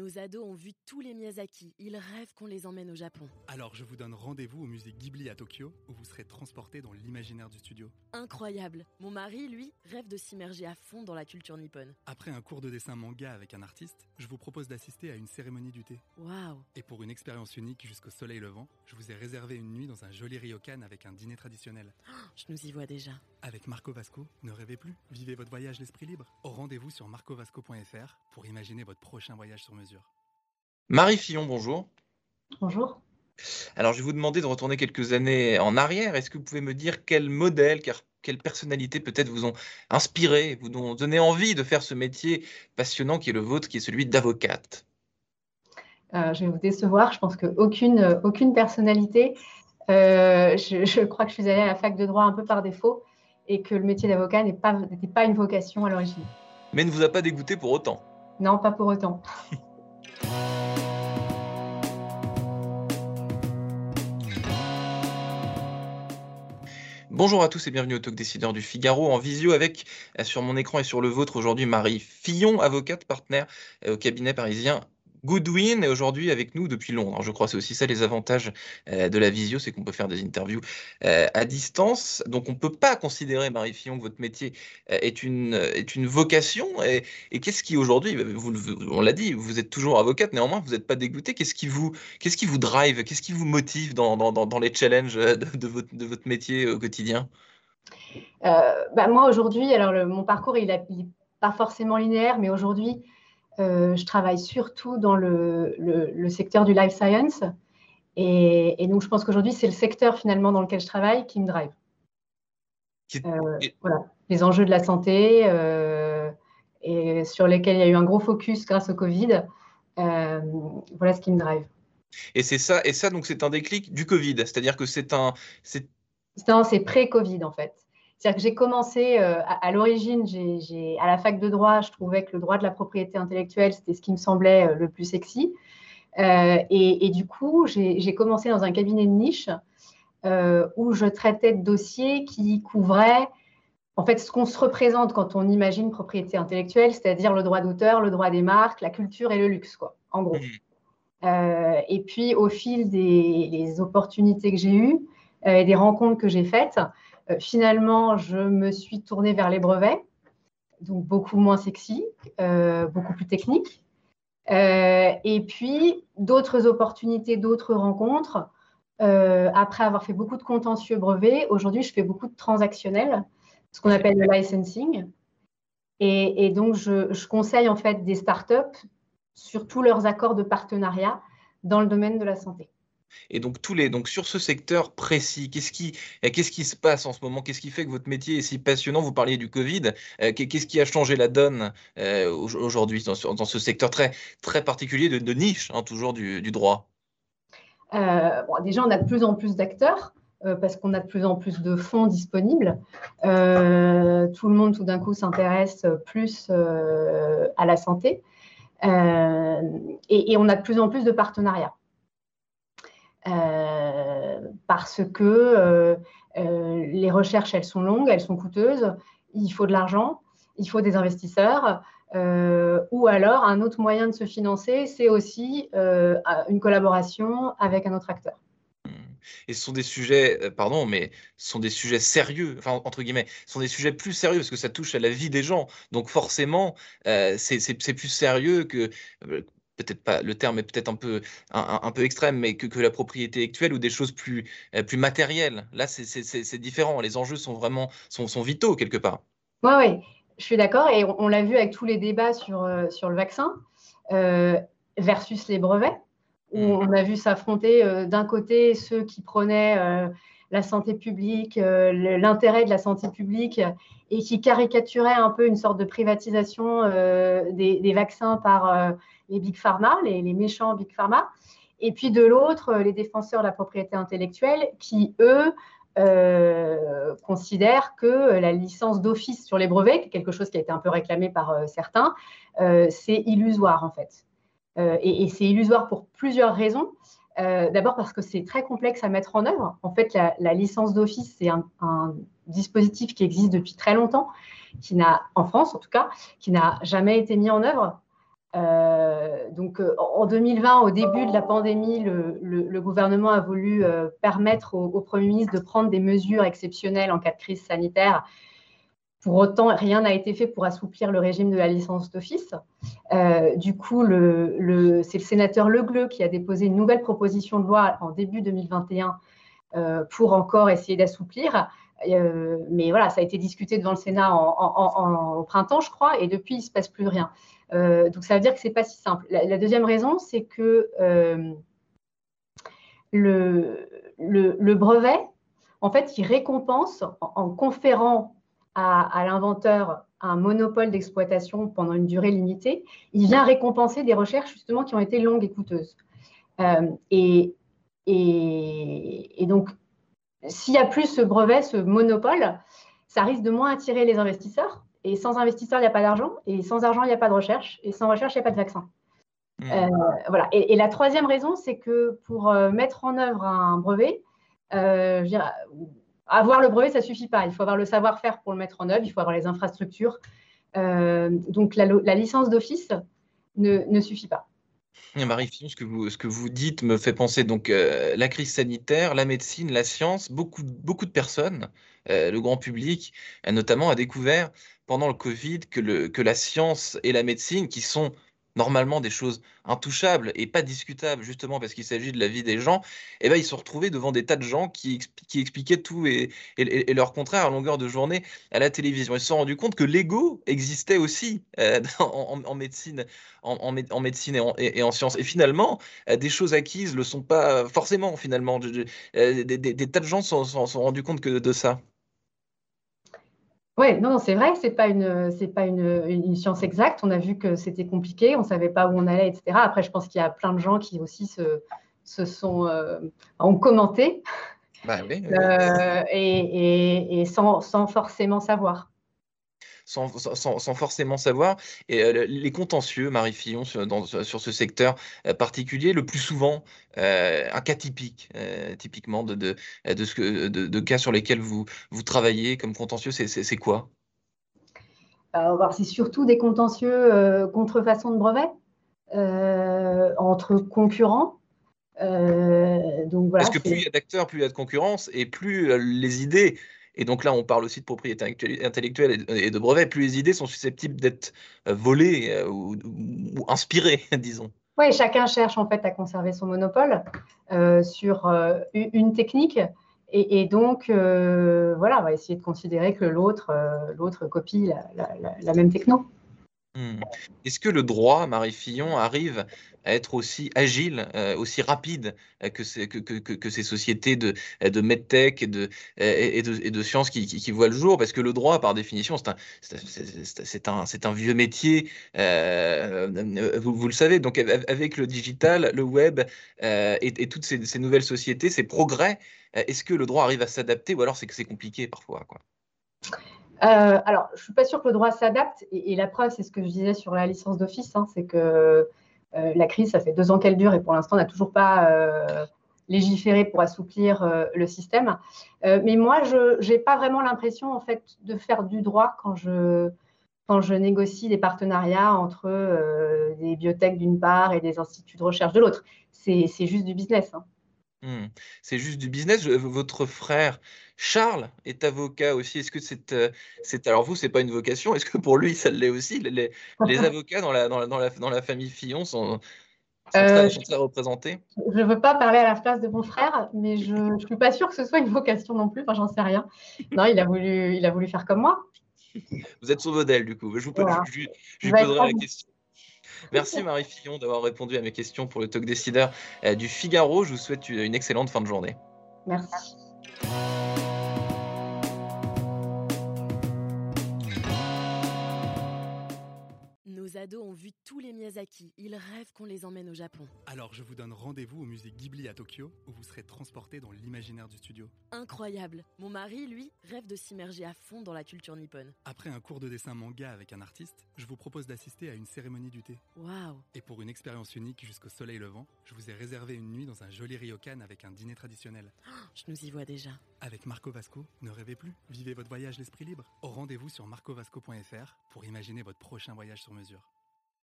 Nos ados ont vu tous les Miyazaki. Ils rêvent qu'on les emmène au Japon. Alors je vous donne rendez-vous au musée Ghibli à Tokyo, où vous serez transportés dans l'imaginaire du studio. Incroyable. Mon mari, lui, rêve de s'immerger à fond dans la culture nippone. Après un cours de dessin manga avec un artiste, je vous propose d'assister à une cérémonie du thé. Waouh. Et pour une expérience unique jusqu'au soleil levant, je vous ai réservé une nuit dans un joli ryokan avec un dîner traditionnel. Je nous y vois déjà. Avec Marco Vasco, ne rêvez plus, vivez votre voyage l'esprit libre. Au rendez-vous sur marcovasco.fr pour imaginer votre prochain voyage sur mesure. Marie Fillon, bonjour. Bonjour. Alors, je vais vous demander de retourner quelques années en arrière. Est-ce que vous pouvez me dire quel modèle, quelle personnalité peut-être vous ont inspiré, vous ont donné envie de faire ce métier passionnant qui est le vôtre, qui est celui d'avocate? Je vais vous décevoir. Je pense qu'aucune personnalité. Je crois que je suis allée à la fac de droit un peu par défaut et que le métier d'avocat n'était pas une vocation à l'origine. Mais ne vous a pas dégoûté pour autant? Non, pas pour autant. Bonjour à tous et bienvenue au Talk Décideur du Figaro en visio avec sur mon écran et sur le vôtre aujourd'hui Marie Fillon, avocate partenaire au cabinet parisien Goodwin, et aujourd'hui avec nous depuis Londres. Alors, je crois que c'est aussi ça les avantages de la visio, c'est qu'on peut faire des interviews à distance. Donc on ne peut pas considérer, Marie Fillon, que votre métier est une vocation. Et qu'est-ce qui aujourd'hui, on l'a dit, vous êtes toujours avocate, néanmoins vous n'êtes pas dégoûtée. Qu'est-ce qui vous drive, qu'est-ce qui vous motive dans les challenges de votre métier au quotidien? Moi aujourd'hui, alors mon parcours il n'est pas forcément linéaire, mais aujourd'hui je travaille surtout dans le secteur du life science. Et donc, je pense qu'aujourd'hui, c'est le secteur finalement dans lequel je travaille qui me drive. Voilà, les enjeux de la santé et sur lesquels il y a eu un gros focus grâce au Covid. Voilà ce qui me drive. Et ça, donc c'est un déclic du Covid, c'est-à-dire que c'est pré-Covid en fait. C'est-à-dire que j'ai commencé à l'origine, à la fac de droit, je trouvais que le droit de la propriété intellectuelle, c'était ce qui me semblait le plus sexy. Et du coup, j'ai commencé dans un cabinet de niche où je traitais de dossiers qui couvraient en fait ce qu'on se représente quand on imagine propriété intellectuelle, c'est-à-dire le droit d'auteur, le droit des marques, la culture et le luxe, quoi, en gros. Et puis, au fil des opportunités que j'ai eues et des rencontres que j'ai faites, finalement, je me suis tournée vers les brevets, donc beaucoup moins sexy, beaucoup plus technique. Et puis, d'autres opportunités, d'autres rencontres. Après avoir fait beaucoup de contentieux brevets, aujourd'hui, je fais beaucoup de transactionnels, ce qu'on appelle le licensing. Et donc, je conseille en fait des startups sur tous leurs accords de partenariat dans le domaine de la santé. Et donc, sur ce secteur précis, qu'est-ce qui se passe en ce moment? Qu'est-ce qui fait que votre métier est si passionnant? Vous parliez du Covid. Qu'est-ce qui a changé la donne aujourd'hui dans ce secteur très, très particulier de niche, hein, toujours du droit? Déjà, on a de plus en plus d'acteurs parce qu'on a de plus en plus de fonds disponibles. Tout le monde, tout d'un coup, s'intéresse plus à la santé. Et on a de plus en plus de partenariats. Parce que les recherches, elles sont longues, elles sont coûteuses, il faut de l'argent, il faut des investisseurs, ou alors un autre moyen de se financer, c'est aussi une collaboration avec un autre acteur. Et ce sont des sujets, pardon, mais ce sont des sujets sérieux, enfin, entre guillemets, ce sont des sujets plus sérieux parce que ça touche à la vie des gens. Donc forcément, c'est plus sérieux que... peut-être pas, le terme est peut-être un peu extrême, mais que la propriété actuelle ou des choses plus matérielles. Là, c'est différent. Les enjeux sont vraiment sont vitaux quelque part. Oui, je suis d'accord. Et on l'a vu avec tous les débats sur le vaccin versus les brevets, où on a vu s'affronter d'un côté ceux qui prenaient la santé publique, l'intérêt de la santé publique et qui caricaturaient un peu une sorte de privatisation des vaccins par les big pharma, les méchants big pharma, et puis de l'autre, les défenseurs de la propriété intellectuelle qui, eux, considèrent que la licence d'office sur les brevets, qui est quelque chose qui a été un peu réclamé par certains, c'est illusoire en fait. Et c'est illusoire pour plusieurs raisons. D'abord parce que c'est très complexe à mettre en œuvre. En fait, la licence d'office, c'est un dispositif qui existe depuis très longtemps, en France en tout cas, qui n'a jamais été mis en œuvre. Donc, en 2020, au début de la pandémie, le gouvernement a voulu permettre au Premier ministre de prendre des mesures exceptionnelles en cas de crise sanitaire. Pour autant, rien n'a été fait pour assouplir le régime de la licence d'office. Du coup, c'est le sénateur Le Gleut qui a déposé une nouvelle proposition de loi en début 2021 pour encore essayer d'assouplir. Mais voilà, ça a été discuté devant le Sénat au printemps, je crois, et depuis, il ne se passe plus rien. Donc, ça veut dire que ce n'est pas si simple. La deuxième raison, c'est que le brevet, en fait, il récompense en conférant à l'inventeur un monopole d'exploitation pendant une durée limitée, il vient récompenser des recherches justement qui ont été longues et coûteuses. Et donc, s'il n'y a plus ce brevet, ce monopole, ça risque de moins attirer les investisseurs. Et sans investisseurs, il n'y a pas d'argent. Et sans argent, il n'y a pas de recherche. Et sans recherche, il n'y a pas de vaccin. Voilà. Et la troisième raison, c'est que pour mettre en œuvre un brevet, je veux dire, avoir le brevet, ça ne suffit pas. Il faut avoir le savoir-faire pour le mettre en œuvre. Il faut avoir les infrastructures. Donc, la licence d'office ne suffit pas. Marie-Fillon, ce que vous dites me fait penser donc la crise sanitaire, la médecine, la science, beaucoup de personnes, le grand public notamment, a découvert pendant le Covid que la science et la médecine, qui sont normalement des choses intouchables et pas discutables, justement parce qu'il s'agit de la vie des gens, eh ben, ils se sont retrouvés devant des tas de gens qui expliquaient tout et leur contraire à longueur de journée à la télévision. Ils se sont rendus compte que l'ego existait aussi en médecine, en médecine et en sciences. Et finalement, des choses acquises ne le sont pas forcément, finalement. Des tas de gens se sont rendus compte que de ça. Oui, non, c'est vrai que ce n'est pas une science exacte. On a vu que c'était compliqué, on ne savait pas où on allait, etc. Après, je pense qu'il y a plein de gens qui aussi ont commenté Bah oui. et sans forcément savoir. Sans forcément savoir. Et les contentieux, Marie-Fillon, sur ce secteur particulier, le plus souvent, un cas typique, typiquement de cas sur lesquels vous travaillez comme contentieux, c'est quoi? C'est surtout des contentieux contrefaçon de brevet entre concurrents. Donc voilà, Parce que plus il y a d'acteurs, plus il y a de concurrence, et plus les idées, et donc là on parle aussi de propriété intellectuelle et de brevets, plus les idées sont susceptibles d'être volées ou inspirées, disons. Oui, chacun cherche en fait à conserver son monopole sur une technique. Et donc, voilà, on va essayer de considérer que l'autre copie la même techno. Est-ce que le droit, Marie-Fillon, arrive à être aussi agile, aussi rapide que ces sociétés de medtech et de sciences qui voient le jour? Parce que le droit, par définition, c'est un vieux métier, vous le savez. Donc avec le digital, le web et toutes ces nouvelles sociétés, ces progrès, est-ce que le droit arrive à s'adapter ou alors c'est que c'est compliqué parfois, quoi? Alors, je ne suis pas sûre que le droit s'adapte. Et la preuve, c'est ce que je disais sur la licence d'office, hein, c'est que la crise, ça fait 2 ans qu'elle dure et pour l'instant, on n'a toujours pas légiféré pour assouplir le système. Mais moi, je n'ai pas vraiment l'impression en fait, de faire du droit quand je négocie des partenariats entre des biotech d'une part et des instituts de recherche de l'autre. C'est juste du business. Hein. C'est juste du business. Votre frère Charles est avocat aussi. Est-ce que alors vous, c'est pas une vocation? Est-ce que pour lui, ça l'est aussi? Les avocats dans la famille Fillon sont très représentés? Je ne veux pas parler à la place de mon frère, mais je ne suis pas sûre que ce soit une vocation non plus. Enfin, j'en sais rien. Non, il a voulu faire comme moi. Vous êtes son modèle, du coup. Je Voilà. lui poserai la question. Merci Marie Fillon d'avoir répondu à mes questions pour le Talk Décideur du Figaro. Je vous souhaite une excellente fin de journée. Merci. Nos ados ont vu tous les Miyazaki. Ils rêvent qu'on les emmène au Japon. Alors je vous donne rendez-vous au musée Ghibli à Tokyo, où vous serez transporté dans l'imaginaire du studio. Incroyable. Mon mari, lui, rêve de s'immerger à fond dans la culture nippone. Après un cours de dessin manga avec un artiste, je vous propose d'assister à une cérémonie du thé. Waouh. Et pour une expérience unique jusqu'au soleil levant, je vous ai réservé une nuit dans un joli ryokan avec un dîner traditionnel. Je nous y vois déjà. Avec Marco Vasco, ne rêvez plus, vivez votre voyage l'esprit libre. Rendez-vous sur marcovasco.fr pour imaginer votre prochain voyage sur mesure.